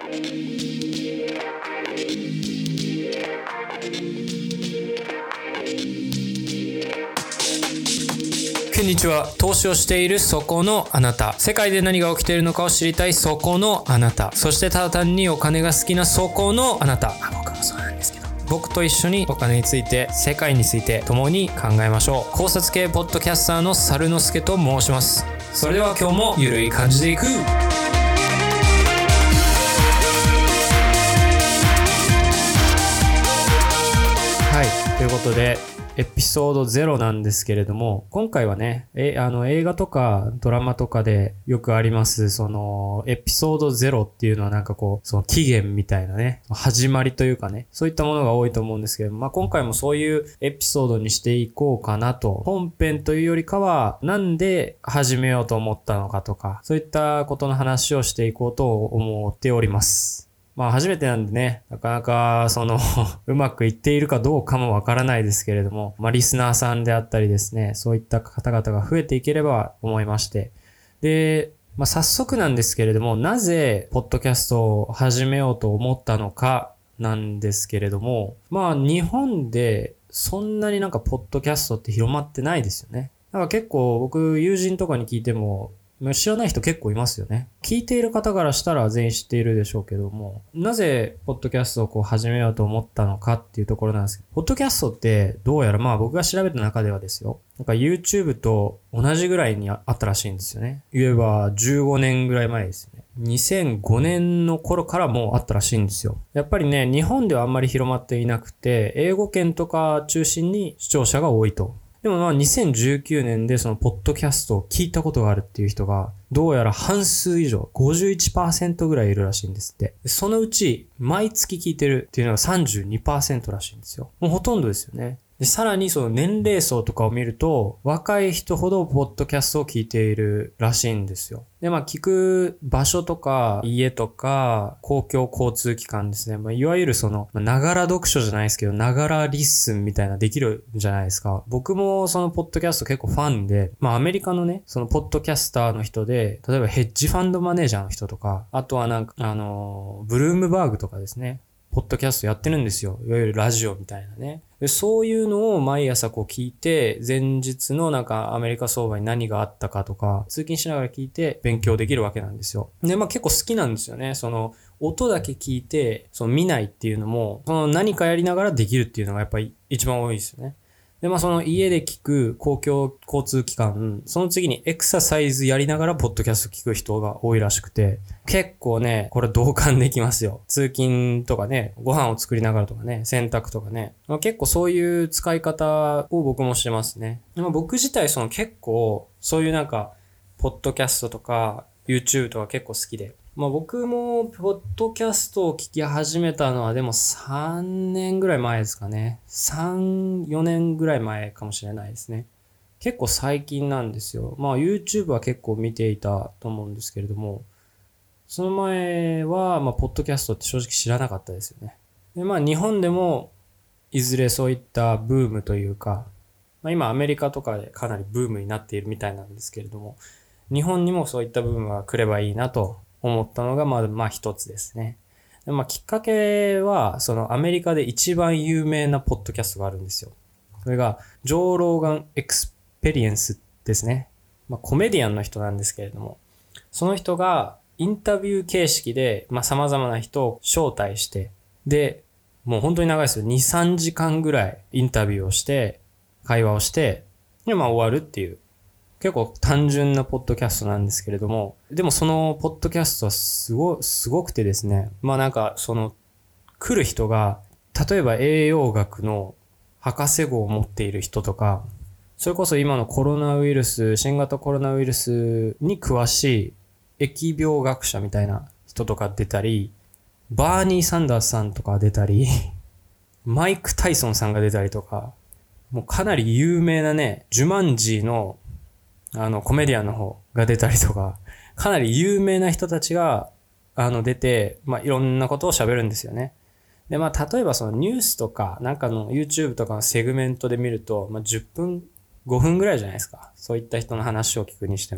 こんにちは。投資をしているそこのあなた。世界で何が起きているのかを知りたいそこのあなた。そしてただ単にお金が好きなそこのあなた。僕もそうなんですけど。僕と一緒にお金について、世界について共に考えましょう。考察系ポッドキャスターの猿之助と申します。それでは今日もゆるい感じでいく。はい。ということで、エピソード0なんですけれども、今回はね、映画とかドラマとかでよくあります、その、エピソード0っていうのはなんかこう、その起源みたいなね、始まりというかね、そういったものが多いと思うんですけど、今回もそういうエピソードにしていこうかなと。本編というよりかは、なんで始めようと思ったのかとか、そういったことの話をしていこうと思っております。初めてなんでね、なかなかうまくいっているかどうかもわからないですけれども、リスナーさんであったりですね、そういった方々が増えていければ思いまして。で、早速なんですけれども、なぜポッドキャストを始めようと思ったのかなんですけれども、日本でそんなになんかポッドキャストって広まってないですよね。だから結構僕友人とかに聞いても、知らない人結構いますよね。聞いている方からしたら全員知っているでしょうけども、なぜポッドキャストを始めようと思ったのかっていうところなんですけど、ポッドキャストってどうやら僕が調べた中ではですよ、なんか YouTube と同じぐらいにあったらしいんですよね。言えば15年ぐらい前ですよね。2005年の頃からもうあったらしいんですよ。やっぱりね、日本ではあんまり広まっていなくて、英語圏とか中心に視聴者が多いと。でも2019年でそのポッドキャストを聞いたことがあるっていう人がどうやら半数以上 51% ぐらいいるらしいんですって。そのうち毎月聞いてるっていうのが 32% らしいんですよ。もうほとんどですよね。で、さらにその年齢層とかを見ると、若い人ほどポッドキャストを聞いているらしいんですよ。で、聞く場所とか、家とか、公共交通機関ですね。いわゆるながら読書じゃないですけど、ながらリッスンみたいなできるじゃないですか。僕もそのポッドキャスト結構ファンで、アメリカのね、そのポッドキャスターの人で、例えばヘッジファンドマネージャーの人とか、あとはブルームバーグとかですね。ポッドキャストやってるんですよ。いわゆるラジオみたいなね。で、そういうのを毎朝聞いて、前日のアメリカ相場に何があったかとか、通勤しながら聞いて勉強できるわけなんですよ。で、結構好きなんですよね。音だけ聞いて、見ないっていうのも、何かやりながらできるっていうのがやっぱり一番多いですよね。で、家で聞く公共交通機関、その次にエクササイズやりながらポッドキャスト聞く人が多いらしくて、結構ね、これ同感できますよ。通勤とかね、ご飯を作りながらとかね、洗濯とかね。結構そういう使い方を僕もしてますね。僕自体結構、そういうポッドキャストとか、YouTube とか結構好きで。僕もポッドキャストを聞き始めたのはでも3年ぐらい前ですかね。3、4年ぐらい前かもしれないですね。結構最近なんですよ。YouTube は結構見ていたと思うんですけれども、その前はポッドキャストって正直知らなかったですよね。で、日本でもいずれそういったブームというか、今アメリカとかでかなりブームになっているみたいなんですけれども、日本にもそういったブームが来ればいいなと思ったのが一つですね。できっかけはアメリカで一番有名なポッドキャストがあるんですよ。それがジョー・ローガン・エクスペリエンスですね。コメディアンの人なんですけれども、その人がインタビュー形式で様々な人を招待して、で、もう本当に長いですよ。2、3時間ぐらいインタビューをして、会話をして、で終わるっていう。結構単純なポッドキャストなんですけれども、でもそのポッドキャストはすごくてですね、来る人が、例えば栄養学の博士号を持っている人とか、それこそ今の新型コロナウイルスに詳しい疫病学者みたいな人とか出たり、バーニー・サンダースさんとか出たり、マイク・タイソンさんが出たりとか、もうかなり有名なね、ジュマンジのコメディアンの方が出たりとか、かなり有名な人たちが、出て、いろんなことを喋るんですよね。で、例えばニュースとか、YouTube とかのセグメントで見ると、10分、5分ぐらいじゃないですか。そういった人の話を聞くにしても。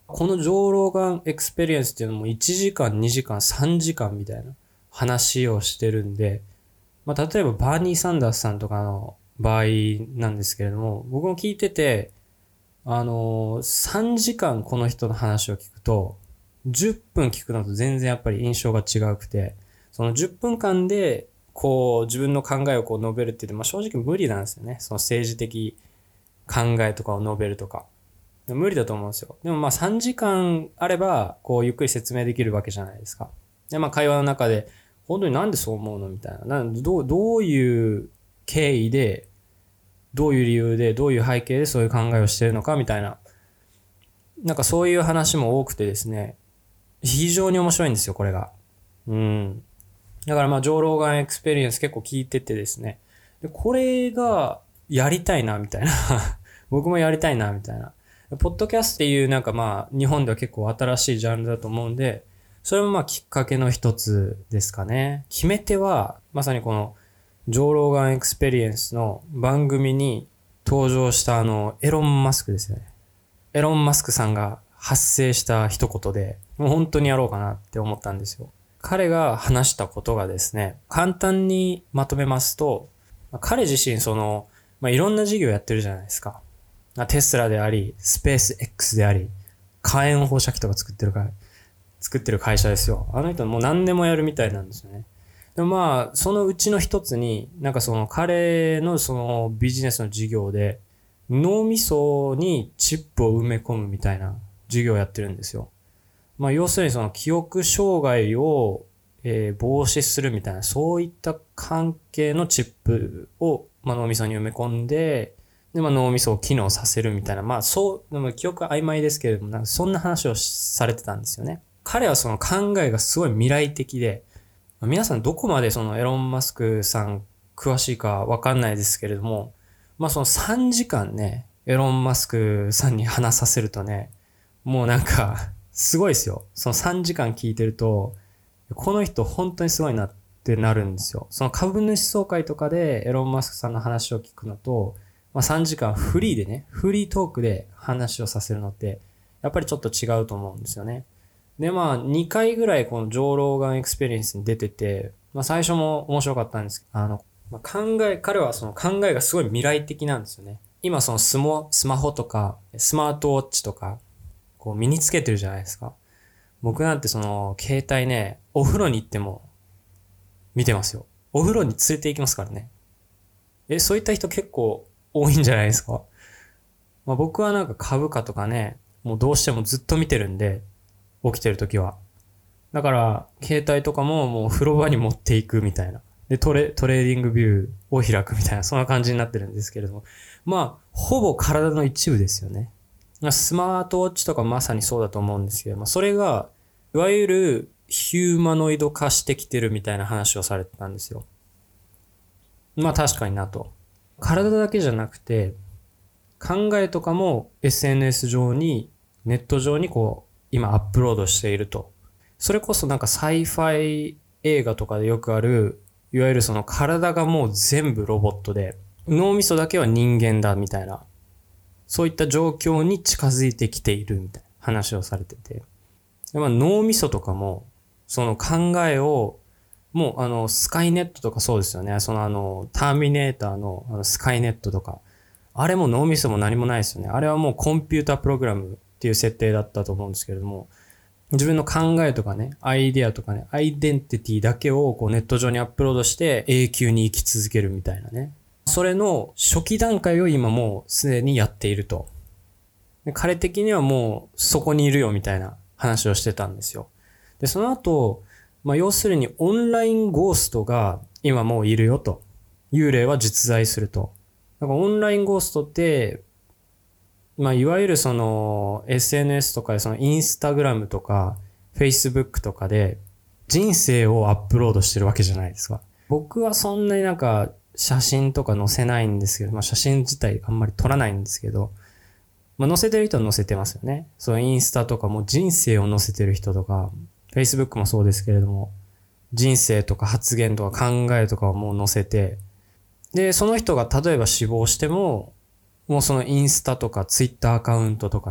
この上ローガンエクスペリエンスっていうのも1時間、2時間、3時間みたいな話をしてるんで、例えばバーニー・サンダースさんとかの場合なんですけれども、僕も聞いてて、3時間この人の話を聞くと、10分聞くのと全然やっぱり印象が違うくて、その10分間で、自分の考えを述べるって言って、正直無理なんですよね。その政治的考えとかを述べるとか。無理だと思うんですよ。でも3時間あれば、ゆっくり説明できるわけじゃないですか。で、会話の中で、本当になんでそう思うのみたいな。どういう経緯で、どういう理由で、どういう背景でそういう考えをしてるのかみたいな。そういう話も多くてですね、非常に面白いんですよ、これが。だから上ローガンエクスペリエンス結構聞いててですね。で、これがやりたいな、みたいな。僕もやりたいな、みたいな。ポッドキャストっていう日本では結構新しいジャンルだと思うんで、それもきっかけの一つですかね。決め手は、まさにこの、ジョー・ローガンエクスペリエンスの番組に登場したエロン・マスクですよね。エロン・マスクさんが発生した一言で、もう本当にやろうかなって思ったんですよ。彼が話したことがですね、簡単にまとめますと、彼自身いろんな事業やってるじゃないですか。テスラであり、スペース X であり、火炎放射器とか作ってる会社ですよ。あの人もう何でもやるみたいなんですよね。でもそのうちの一つに、彼のビジネスの事業で、脳みそにチップを埋め込むみたいな事業をやってるんですよ。要するに記憶障害を、防止するみたいな、そういった関係のチップを、脳みそに埋め込んで、で、脳みそを機能させるみたいな、でも記憶は曖昧ですけれども、そんな話をされてたんですよね。彼は考えがすごい未来的で、皆さんどこまでエロン・マスクさん詳しいかわかんないですけれども、3時間ね、エロン・マスクさんに話させるとね、もうすごいですよ。その3時間聞いてると、この人本当にすごいなってなるんですよ。その株主総会とかでエロン・マスクさんの話を聞くのと、3時間フリートークで話をさせるのって、やっぱりちょっと違うと思うんですよね。で、2回ぐらいこのジョー・ローガンエクスペリエンスに出てて、最初も面白かったんですけど、彼は考えがすごい未来的なんですよね。今スマホとか、スマートウォッチとか、身につけてるじゃないですか。僕なんて携帯ね、お風呂に行っても見てますよ。お風呂に連れて行きますからね。そういった人結構多いんじゃないですか。僕は株価とかね、もうどうしてもずっと見てるんで、起きてるときは。だから、携帯とかももう風呂場に持っていくみたいな。で、トレーディングビューを開くみたいな、そんな感じになってるんですけれども。ほぼ体の一部ですよね。スマートウォッチとかまさにそうだと思うんですけど、それが、いわゆるヒューマノイド化してきてるみたいな話をされてたんですよ。確かになと。体だけじゃなくて、考えとかも SNS 上に、ネット上に今アップロードしていると。それこそサイファイ映画とかでよくある、いわゆる体がもう全部ロボットで、脳みそだけは人間だみたいな、そういった状況に近づいてきているみたいな話をされてて。脳みそとかも、その考えを、もうスカイネットとかそうですよね。ターミネーターのスカイネットとか。あれも脳みそも何もないですよね。あれはもうコンピュータープログラムっていう設定だったと思うんですけれども、自分の考えとかね、アイデアとかね、アイデンティティだけをネット上にアップロードして永久に生き続けるみたいなね。それの初期段階を今もうすでにやっていると。で彼的にはもうそこにいるよみたいな話をしてたんですよ。で、その後、要するにオンラインゴーストが今もういるよと。幽霊は実在すると。オンラインゴーストって、いわゆるSNS とかでインスタグラムとか Facebook とかで人生をアップロードしてるわけじゃないですか。僕はそんなに写真とか載せないんですけど、写真自体あんまり撮らないんですけど、載せてる人は載せてますよね。インスタとかも人生を載せてる人とか、Facebook もそうですけれども、人生とか発言とか考えとかをもう載せて、で、その人が例えば死亡しても、もうインスタとかツイッターアカウントとかね、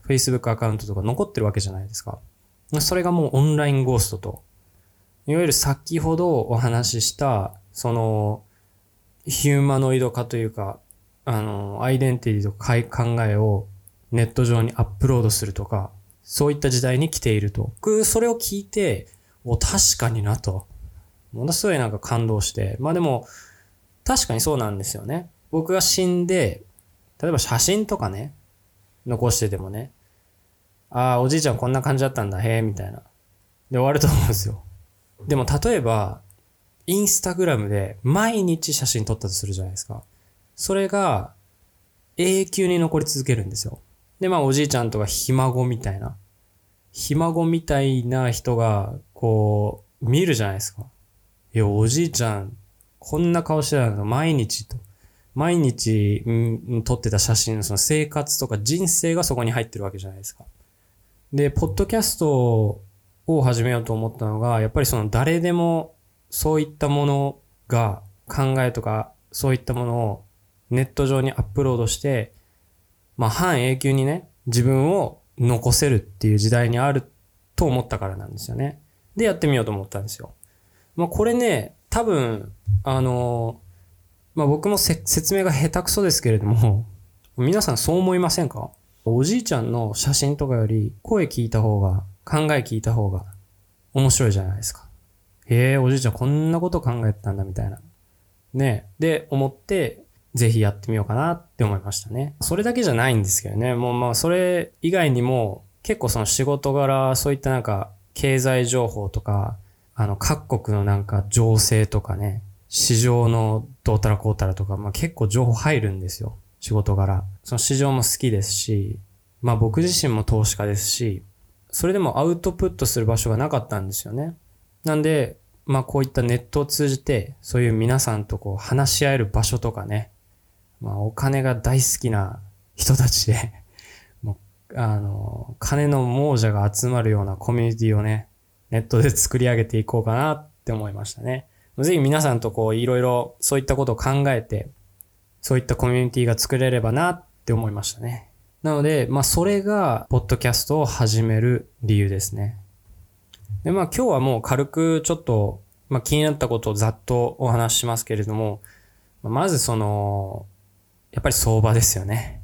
Facebook アカウントとか残ってるわけじゃないですか。それがもうオンラインゴーストと。いわゆる先ほどお話しした、その、ヒューマノイド化というか、アイデンティティとか考えをネット上にアップロードするとか、そういった時代に来ていると。僕、それを聞いて、確かになと。ものすごいなんか感動して。まあでも、確かにそうなんですよね。僕が死んで、例えば写真とかね、残しててもね、ああ、おじいちゃんこんな感じだったんだ、へえ、みたいな。で終わると思うんですよ。でも例えば、インスタグラムで毎日写真撮ったとするじゃないですか。それが永久に残り続けるんですよ。で、まあおじいちゃんとかひ孫みたいな。ひ孫みたいな人が、こう、見るじゃないですか。いや、おじいちゃん、こんな顔してたの毎日と。毎日、撮ってた写真のその生活とか人生がそこに入ってるわけじゃないですか。で、ポッドキャストを始めようと思ったのが、やっぱりその誰でもそういったものが考えとかそういったものをネット上にアップロードして、まあ半永久にね、自分を残せるっていう時代にあると思ったからなんですよね。で、やってみようと思ったんですよ。まあこれね、多分、まあ僕も説明が下手くそですけれども、皆さんそう思いませんか？おじいちゃんの写真とかより声聞いた方が、考え聞いた方が面白いじゃないですか。へえ、おじいちゃんこんなこと考えてたんだみたいな。ね。で、思って、ぜひやってみようかなって思いましたね。それだけじゃないんですけどね。もうまあそれ以外にも結構その仕事柄、そういったなんか経済情報とか、各国のなんか情勢とかね、市場のどうたらこうたらとか、まあ結構情報入るんですよ。仕事柄。その市場も好きですし、まあ僕自身も投資家ですし、それでもアウトプットする場所がなかったんですよね。なんで、まあこういったネットを通じて、そういう皆さんとこう話し合える場所とかね、まあお金が大好きな人たちで、もう、金の亡者が集まるようなコミュニティをね、ネットで作り上げていこうかなって思いましたね。ぜひ皆さんとこういろいろそういったことを考えて、そういったコミュニティが作れればなって思いましたね。なので、まあそれが、ポッドキャストを始める理由ですね。で、まあ今日はもう軽くちょっと、まあ気になったことをざっとお話ししますけれども、まずその、やっぱり相場ですよね。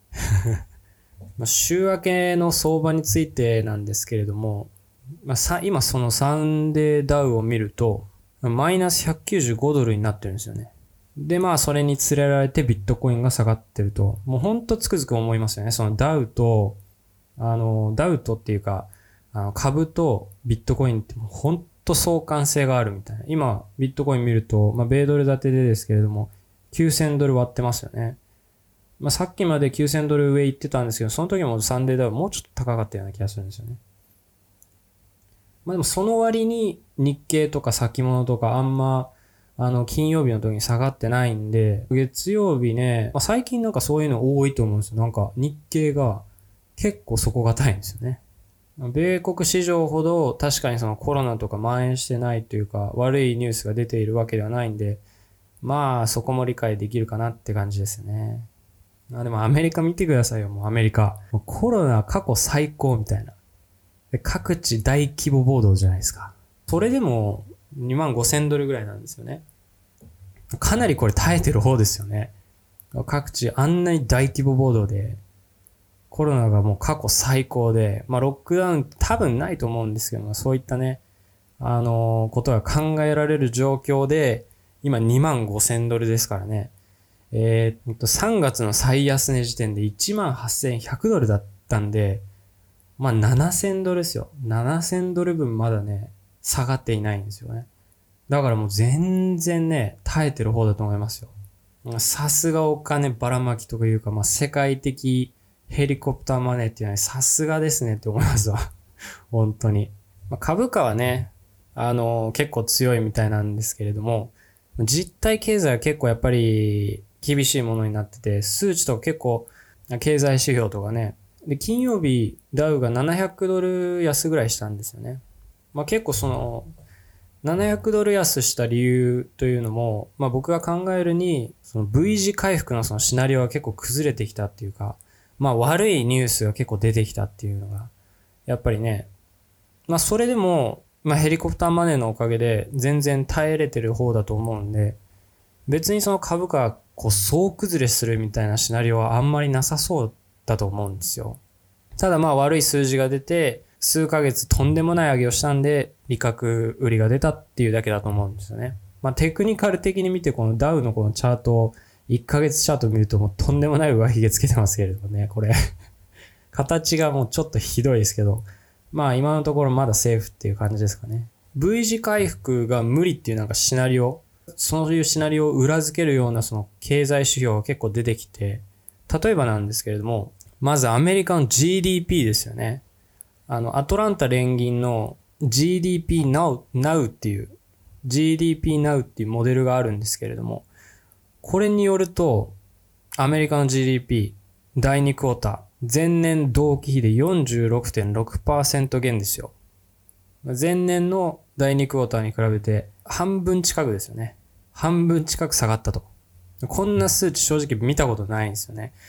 週明けの相場についてなんですけれども、まあ、今そのサンデーダウを見ると、マイナス195ドルになってるんですよね。で、まあ、それに連れられてビットコインが下がってると、もうほんとつくづく思いますよね。そのダウとっていうか、株とビットコインってもうほんと相関性があるみたいな。今、ビットコイン見ると、まあ、米ドル建てでですけれども、9000ドル割ってますよね。まあ、さっきまで9000ドル上行ってたんですけど、その時もサンデーダウもうちょっと高かったような気がするんですよね。まあでもその割に日経とか先物とかあんま、金曜日の時に下がってないんで、月曜日ね、まあ、最近なんかそういうの多いと思うんですよ。なんか日経が結構底堅いんですよね。米国市場ほど確かにそのコロナとか蔓延してないというか悪いニュースが出ているわけではないんで、まあそこも理解できるかなって感じですね。でもアメリカ見てくださいよ、もうアメリカ。もうコロナ過去最高みたいな。で各地大規模暴動じゃないですか。それでも25,000ドルぐらいなんですよね。かなりこれ耐えてる方ですよね。各地あんなに大規模暴動で、コロナがもう過去最高で、まあロックダウン多分ないと思うんですけど、そういったね、ことが考えられる状況で、今25,000ドルですからね。3月の最安値時点で18,100ドルだったんで、まあ7,000ドルですよ。7,000ドル分まだね、下がっていないんですよね。だからもう全然ね、耐えてる方だと思いますよ。さすがお金ばらまきとかいうか、まあ世界的ヘリコプターマネーっていうのはさすがですねって思いますわ。本当に。まあ、株価はね、結構強いみたいなんですけれども、実体経済は結構やっぱり厳しいものになってて、数値とか結構経済指標とかね、で、金曜日ダウが700ドル安ぐらいしたんですよね。まあ結構その、700ドル安した理由というのも、まあ僕が考えるに、その V 字回復のそのシナリオが結構崩れてきたっていうか、 まあ悪いニュースが結構出てきたっていうのが、やっぱりね、まあそれでも、まあヘリコプターマネーのおかげで全然耐えれてる方だと思うんで、別にその株価がこう総崩れするみたいなシナリオはあんまりなさそうだと思うんですよ。ただまあ悪い数字が出て、数ヶ月とんでもない上げをしたんで、利確売りが出たっていうだけだと思うんですよね。まあテクニカル的に見てこのダウのこのチャートを1ヶ月チャートを見るともうとんでもない上髭つけてますけれどもね、これ形がもうちょっとひどいですけど、まあ今のところまだセーフっていう感じですかね。V 字回復が無理っていうなんかシナリオ、そういうシナリオを裏付けるようなその経済指標が結構出てきて、例えばなんですけれども、まずアメリカの GDP ですよね。アトランタ連銀の GDP Now っていう GDP Now っていうモデルがあるんですけれども、これによると、アメリカの GDP 第2クォーター、前年同期比で 46.6% 減ですよ。前年の第2クォーターに比べて半分近くですよね。半分近く下がったと。こんな数値正直見たことないんですよね。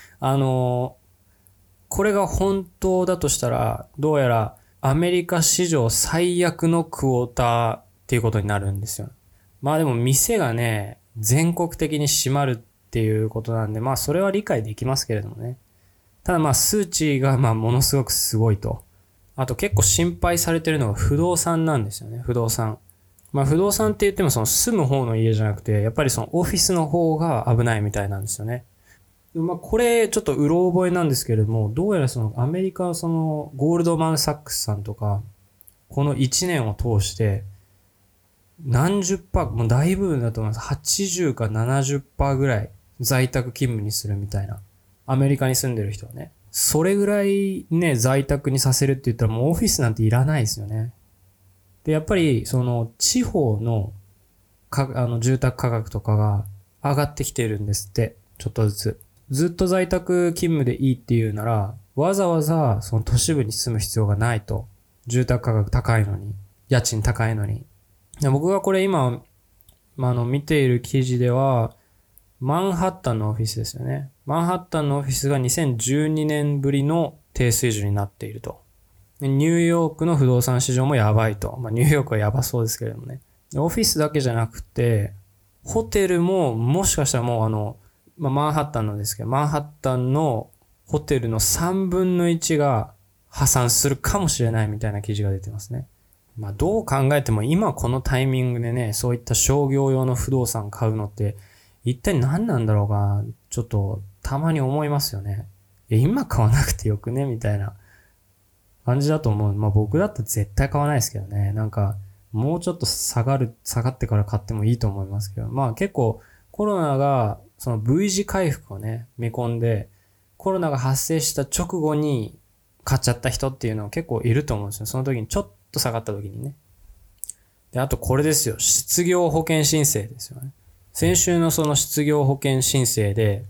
これが本当だとしたら、どうやらアメリカ史上最悪のクォーターっていうことになるんですよ。まあでも店がね、全国的に閉まるっていうことなんで、まあそれは理解できますけれどもね。ただまあ数値がまあものすごくすごいと。あと結構心配されてるのが不動産なんですよね、不動産。まあ不動産って言ってもその住む方の家じゃなくて、やっぱりそのオフィスの方が危ないみたいなんですよね。まあこれちょっとうろ覚えなんですけれども、どうやらそのアメリカのそのゴールドマンサックスさんとか、この1年を通して何十パー、もう大部分だと思います。80か70%ぐらい在宅勤務にするみたいな。アメリカに住んでる人はね。それぐらいね、在宅にさせるって言ったらもうオフィスなんていらないですよね。で、やっぱりその地方の住宅価格とかが上がってきてるんですって。ちょっとずつ。ずっと在宅勤務でいいっていうなら、わざわざその都市部に住む必要がないと。住宅価格高いのに。家賃高いのに。僕がこれ今、見ている記事では、マンハッタンのオフィスですよね。マンハッタンのオフィスが2012年ぶりの低水準になっていると。ニューヨークの不動産市場もやばいと。まあ、ニューヨークはやばそうですけれどもね。オフィスだけじゃなくて、ホテルももしかしたらもうマンハッタンのですけど、マンハッタンのホテルの3分の1が破産するかもしれないみたいな記事が出てますね。まあどう考えても今このタイミングでね、そういった商業用の不動産買うのって一体何なんだろうか、ちょっとたまに思いますよね。今買わなくてよくねみたいな感じだと思う。まあ僕だったら絶対買わないですけどね。なんかもうちょっと下がってから買ってもいいと思いますけど。まあ結構コロナがその V 字回復をね、見込んで、コロナが発生した直後に買っちゃった人っていうのは結構いると思うんですよ。その時にちょっと下がった時にね。で、あとこれですよ。失業保険申請ですよね。先週のその失業保険申請で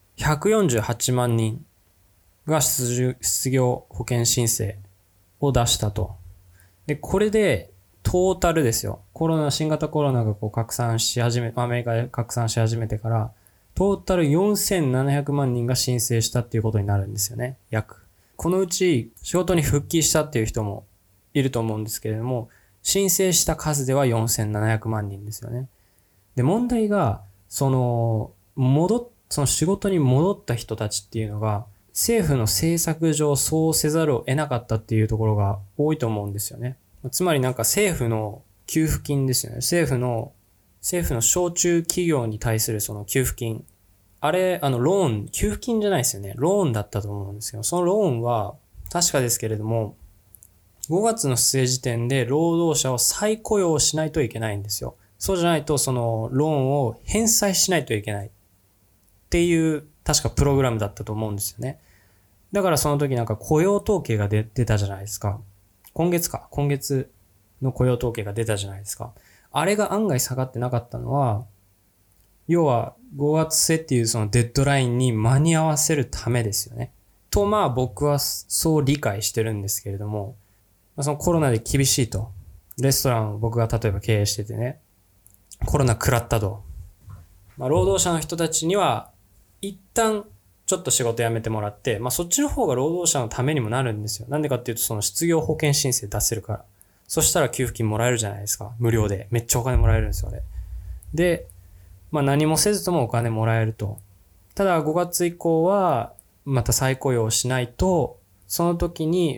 148万人が失業保険申請を出したと。で、これでトータルですよ。新型コロナがアメリカで拡散し始めてから、トータル4700万人が申請したっていうことになるんですよね。約。このうち仕事に復帰したっていう人もいると思うんですけれども、申請した数では4700万人ですよね。で、問題が、その仕事に戻った人たちっていうのが、政府の政策上そうせざるを得なかったっていうところが多いと思うんですよね。つまりなんか政府の給付金ですよね。政府の小中企業に対するその給付金。あれ、ローン、給付金じゃないですよね。ローンだったと思うんですけど、そのローンは確かですけれども、5月の末時点で労働者を再雇用しないといけないんですよ。そうじゃないとそのローンを返済しないといけないっていう確かプログラムだったと思うんですよね。だからその時なんか雇用統計が出たじゃないですか。今月の雇用統計が出たじゃないですか。あれが案外下がってなかったのは、要は5月末っていうそのデッドラインに間に合わせるためですよね。とまあ僕はそう理解してるんですけれども、そのコロナで厳しいと。レストランを僕が例えば経営しててね、コロナ食らったと。まあ労働者の人たちには一旦ちょっと仕事辞めてもらって、そっちの方が労働者のためにもなるんですよ。なんでかっていうと、その失業保険申請出せるから。そしたら給付金もらえるじゃないですか。無料で。めっちゃお金もらえるんですよ、あれ。で、何もせずともお金もらえると。ただ5月以降は、また再雇用をしないと、その時に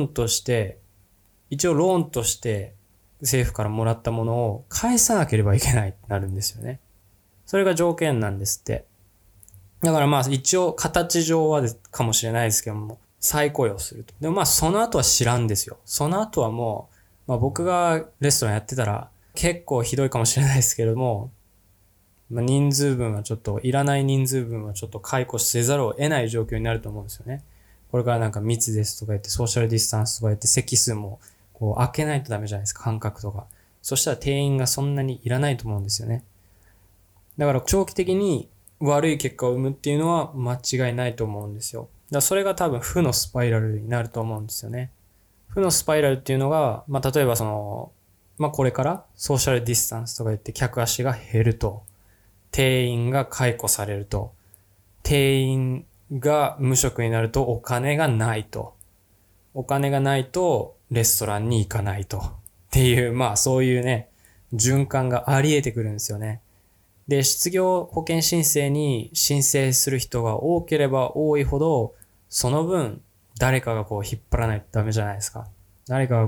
一応ローンとして政府からもらったものを返さなければいけないってなるんですよね。それが条件なんですって。だから一応形上はかもしれないですけども、再雇用すると。でもその後は知らんですよ。その後はもう、僕がレストランやってたら結構ひどいかもしれないですけれども、人数分はちょっと、いらない人数分はちょっと解雇せざるを得ない状況になると思うんですよね。これから密ですとか言って、ソーシャルディスタンスとか言って、席数も開けないとダメじゃないですか、間隔とか。そしたら定員がそんなにいらないと思うんですよね。だから長期的に悪い結果を生むっていうのは間違いないと思うんですよ。だからそれが多分負のスパイラルになると思うんですよね。負のスパイラルっていうのが、例えばこれからソーシャルディスタンスとか言って客足が減ると。定員が解雇されると。定員が無職になるとお金がないと。お金がないとレストランに行かないと。っていう、そういうね、循環があり得てくるんですよね。で、失業保険申請に申請する人が多ければ多いほど、その分、誰かが引っ張らないとダメじゃないですか。誰か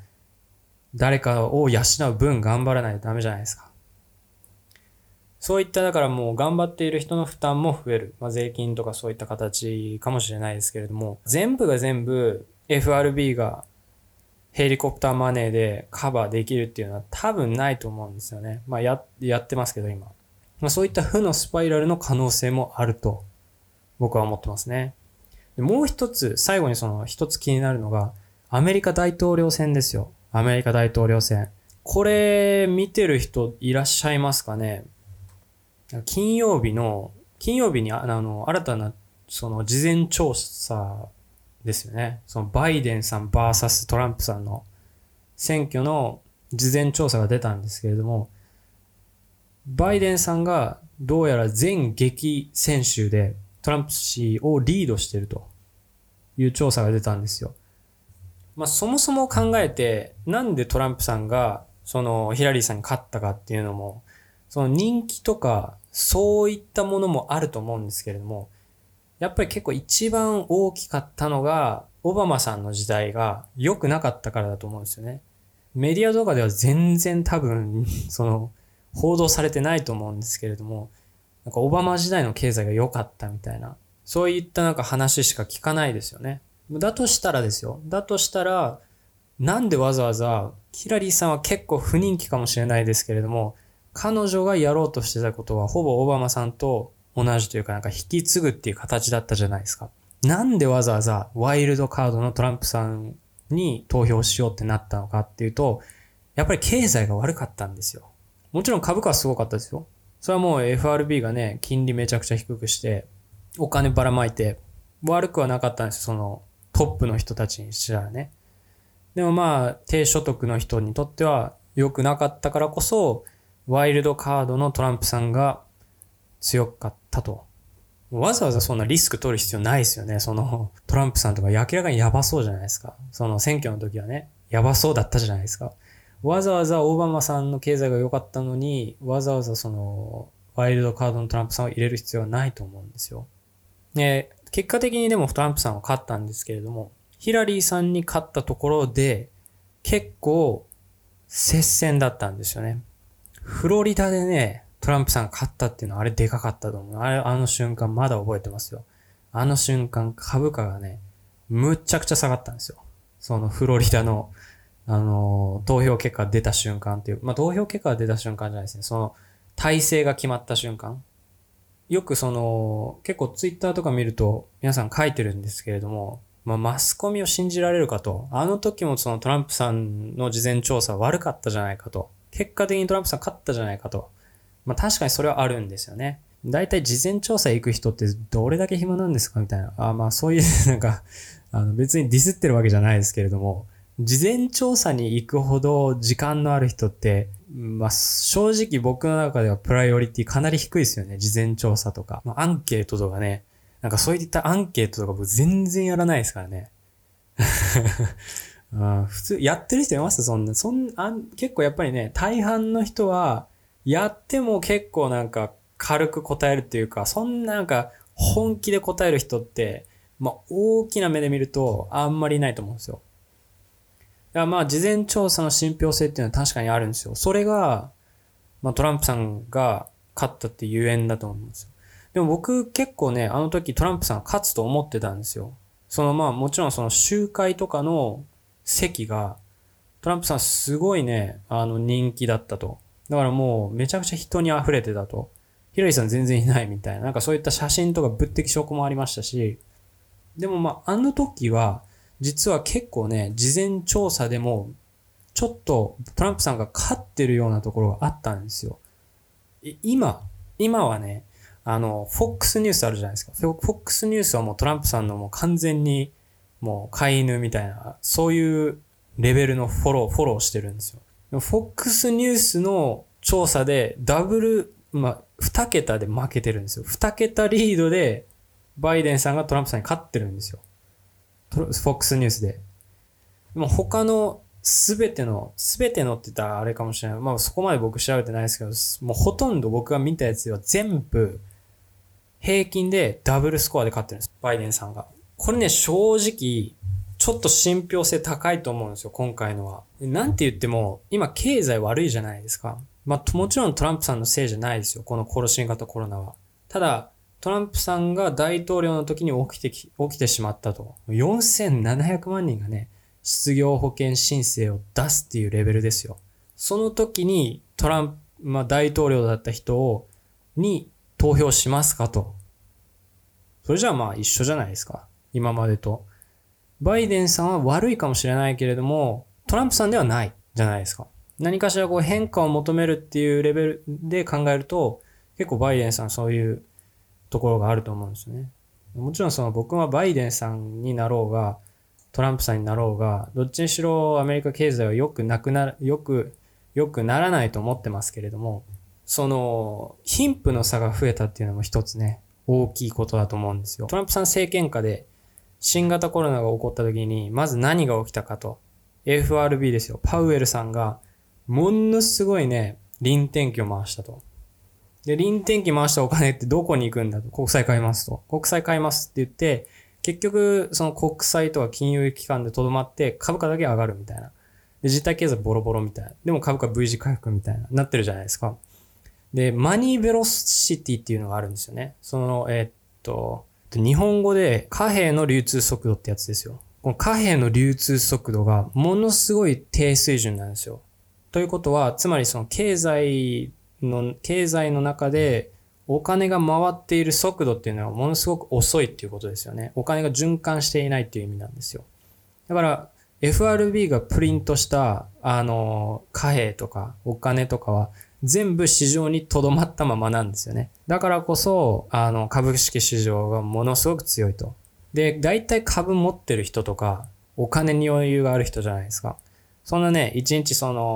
を養う分頑張らないとダメじゃないですか。そういっただからもう頑張っている人の負担も増える。税金とかそういった形かもしれないですけれども、全部が全部 FRB がヘリコプターマネーでカバーできるっていうのは多分ないと思うんですよね。やってますけど今。そういった負のスパイラルの可能性もあると僕は思ってますね。でもう一つ、最後に一つ気になるのがアメリカ大統領選ですよ。アメリカ大統領選。これ見てる人いらっしゃいますかね？金曜日に新たな事前調査ですよね。バイデンさん VS トランプさんの選挙の事前調査が出たんですけれども、バイデンさんがどうやら全激戦州でトランプ氏をリードしているという調査が出たんですよ。そもそも考えて、なんでトランプさんがヒラリーさんに勝ったかっていうのも、人気とかそういったものもあると思うんですけれども、やっぱり結構一番大きかったのがオバマさんの時代が良くなかったからだと思うんですよね。メディアとかでは全然多分報道されてないと思うんですけれども、オバマ時代の経済が良かったみたいな、そういった話しか聞かないですよね。だとしたらなんでわざわざヒラリーさんは結構不人気かもしれないですけれども、彼女がやろうとしてたことはほぼオバマさんと同じというか引き継ぐっていう形だったじゃないですか。なんでわざわざワイルドカードのトランプさんに投票しようってなったのかっていうと、やっぱり経済が悪かったんですよ。もちろん株価はすごかったですよ。それはもう FRB がね、金利めちゃくちゃ低くしてお金ばらまいて悪くはなかったんですよ。トップの人たちにしたらね。でも低所得の人にとっては良くなかったからこそ、ワイルドカードのトランプさんが強かったと。わざわざそんなリスク取る必要ないですよね。トランプさんとか明らかにやばそうじゃないですか。選挙の時はね、やばそうだったじゃないですか。わざわざオバマさんの経済が良かったのに、わざわざワイルドカードのトランプさんを入れる必要はないと思うんですよ。で、結果的にでもトランプさんは勝ったんですけれども、ヒラリーさんに勝ったところで、結構接戦だったんですよね。フロリダでね、トランプさんが勝ったっていうのはあれでかかったと思う。あの瞬間まだ覚えてますよ。あの瞬間株価がね、むっちゃくちゃ下がったんですよ。フロリダの、投票結果出た瞬間っていう、投票結果が出た瞬間じゃないですね。体制が決まった瞬間。よく結構ツイッターとか見ると皆さん書いてるんですけれども、マスコミを信じられるかと。あの時もトランプさんの事前調査悪かったじゃないかと。結果的にトランプさん勝ったじゃないかと。確かにそれはあるんですよね。だいたい事前調査行く人ってどれだけ暇なんですかみたいな。そういう別にディスってるわけじゃないですけれども、事前調査に行くほど時間のある人って、正直僕の中ではプライオリティかなり低いですよね。事前調査とか。アンケートとかね。 なんかそういったアンケートとか僕全然やらないですからね。普通、やってる人います結構やっぱりね、大半の人は、やっても結構なんか軽く答えるっていうか、そんななんか本気で答える人って、大きな目で見るとあんまりいないと思うんですよ。だから事前調査の信憑性っていうのは確かにあるんですよ。それが、トランプさんが勝ったっていうゆえんだと思うんですよ。でも僕結構ね、あの時トランプさん勝つと思ってたんですよ。もちろんその集会とかの席が、トランプさんすごいね、人気だったと。だからもうめちゃくちゃ人に溢れてたと。ヒラリーさん全然いないみたいな。なんかそういった写真とか物的証拠もありましたし、でもあの時は、実は結構ね、事前調査でも、ちょっとトランプさんが勝ってるようなところがあったんですよ。今はね、FOX ニュースあるじゃないですか。FOX ニュースはもうトランプさんのもう完全にもう飼い犬みたいな、そういうレベルのフォローしてるんですよ。でも FOX ニュースの調査で2桁で負けてるんですよ。2桁リードでバイデンさんがトランプさんに勝ってるんですよ。FOX ニュースで。もう他のすべてのって言ったらあれかもしれない。そこまで僕調べてないですけど、もうほとんど僕が見たやつでは全部平均でダブルスコアで勝ってるんです。バイデンさんが。これね、正直、ちょっと信憑性高いと思うんですよ、今回のは。なんて言っても、今経済悪いじゃないですか。もちろんトランプさんのせいじゃないですよ、この新型コロナは。ただ、トランプさんが大統領の時に起きてしまったと。4700万人がね、失業保険申請を出すっていうレベルですよ。その時に大統領だった人に投票しますかと。それじゃあ一緒じゃないですか。今までと。バイデンさんは悪いかもしれないけれども、トランプさんではないじゃないですか。何かしら変化を求めるっていうレベルで考えると、結構バイデンさんそういうところがあると思うんですよね。もちろん僕はバイデンさんになろうが、トランプさんになろうが、どっちにしろアメリカ経済は良くならないと思ってますけれども、貧富の差が増えたっていうのも一つね、大きいことだと思うんですよ。トランプさん政権下で新型コロナが起こった時に、まず何が起きたかと。FRB ですよ。パウエルさんが、ものすごいね、臨転機を回したと。で、臨転機回したお金ってどこに行くんだと。国債買いますと。国債買いますって言って、結局、その国債とか金融機関でとどまって株価だけ上がるみたいな。で、実体経済ボロボロみたいな。でも株価 V 字回復みたいな。なってるじゃないですか。で、マニーベロシティっていうのがあるんですよね。日本語で貨幣の流通速度ってやつですよ。この貨幣の流通速度がものすごい低水準なんですよ。ということは、つまりその経済の中でお金が回っている速度っていうのはものすごく遅いっていうことですよね。お金が循環していないっていう意味なんですよ。だから FRB がプリントした貨幣とかお金とかは全部市場に留まったままなんですよね。だからこそ株式市場がものすごく強いと。で、大体株持ってる人とかお金に余裕がある人じゃないですか。そんなね、1日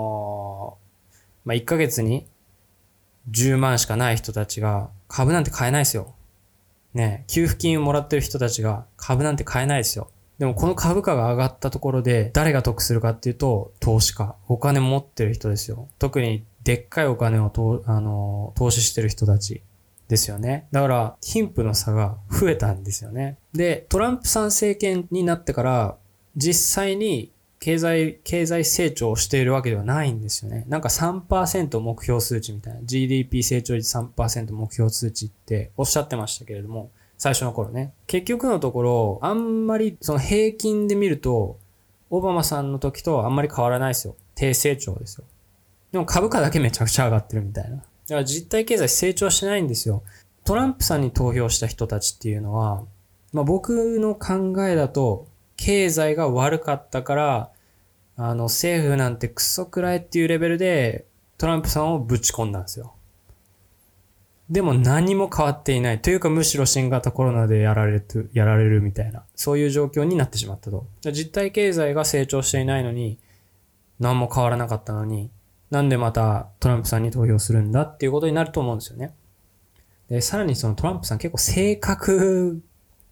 1ヶ月に10万しかない人たちが株なんて買えないですよ。ね、給付金をもらってる人たちが株なんて買えないですよ。でもこの株価が上がったところで誰が得するかっていうと投資家、お金持ってる人ですよ。特にでっかいお金を投資してる人たちですよね。だから貧富の差が増えたんですよね。で、トランプさん政権になってから実際に経済成長をしているわけではないんですよね。なんか 3% 目標数値みたいな GDP 成長率 3% 目標数値っておっしゃってましたけれども、最初の頃ね。結局のところ、あんまりその平均で見ると、オバマさんの時とあんまり変わらないですよ。低成長ですよ。でも株価だけめちゃくちゃ上がってるみたいな。だから実体経済成長してないんですよ。トランプさんに投票した人たちっていうのは、僕の考えだと、経済が悪かったから、政府なんてクソくらいっていうレベルでトランプさんをぶち込んだんですよ。でも何も変わっていない。というかむしろ新型コロナでやられるみたいな、そういう状況になってしまったと。実体経済が成長していないのに、何も変わらなかったのに、なんでまたトランプさんに投票するんだっていうことになると思うんですよね。で、さらにそのトランプさん結構性格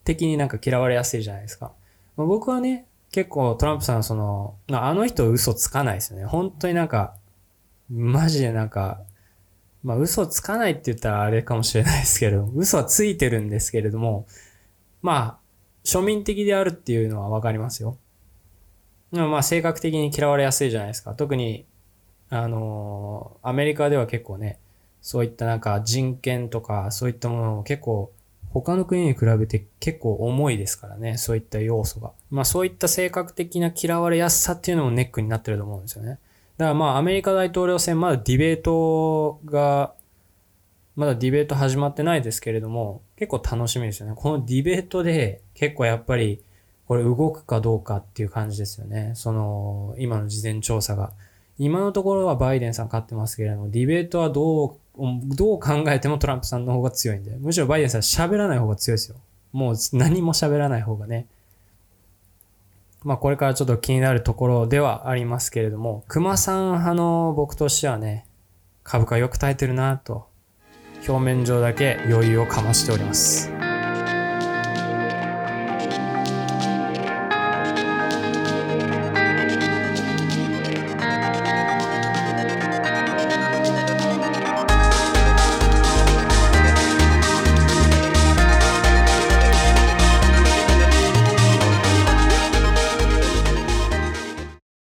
的になんか嫌われやすいじゃないですか。僕はね、結構トランプさんあの人嘘つかないですよね。本当になんか、マジでなんか、嘘つかないって言ったらあれかもしれないですけれども、嘘はついてるんですけれども、庶民的であるっていうのはわかりますよ。性格的に嫌われやすいじゃないですか。特に、アメリカでは結構ね、そういったなんか人権とかそういったものを結構他の国に比べて結構重いですからね、そういった要素が。そういった性格的な嫌われやすさっていうのもネックになってると思うんですよね。だからアメリカ大統領選まだディベート始まってないですけれども、結構楽しみですよね。このディベートで結構やっぱりこれ動くかどうかっていう感じですよね。今の事前調査が。今のところはバイデンさん勝ってますけれども、ディベートはどう考えてもトランプさんの方が強いんで、むしろバイデンさん喋らない方が強いですよ。もう何も喋らない方がね。これからちょっと気になるところではありますけれども、熊さん派の僕としてはね、株価よく耐えてるなと、表面上だけ余裕をかましております。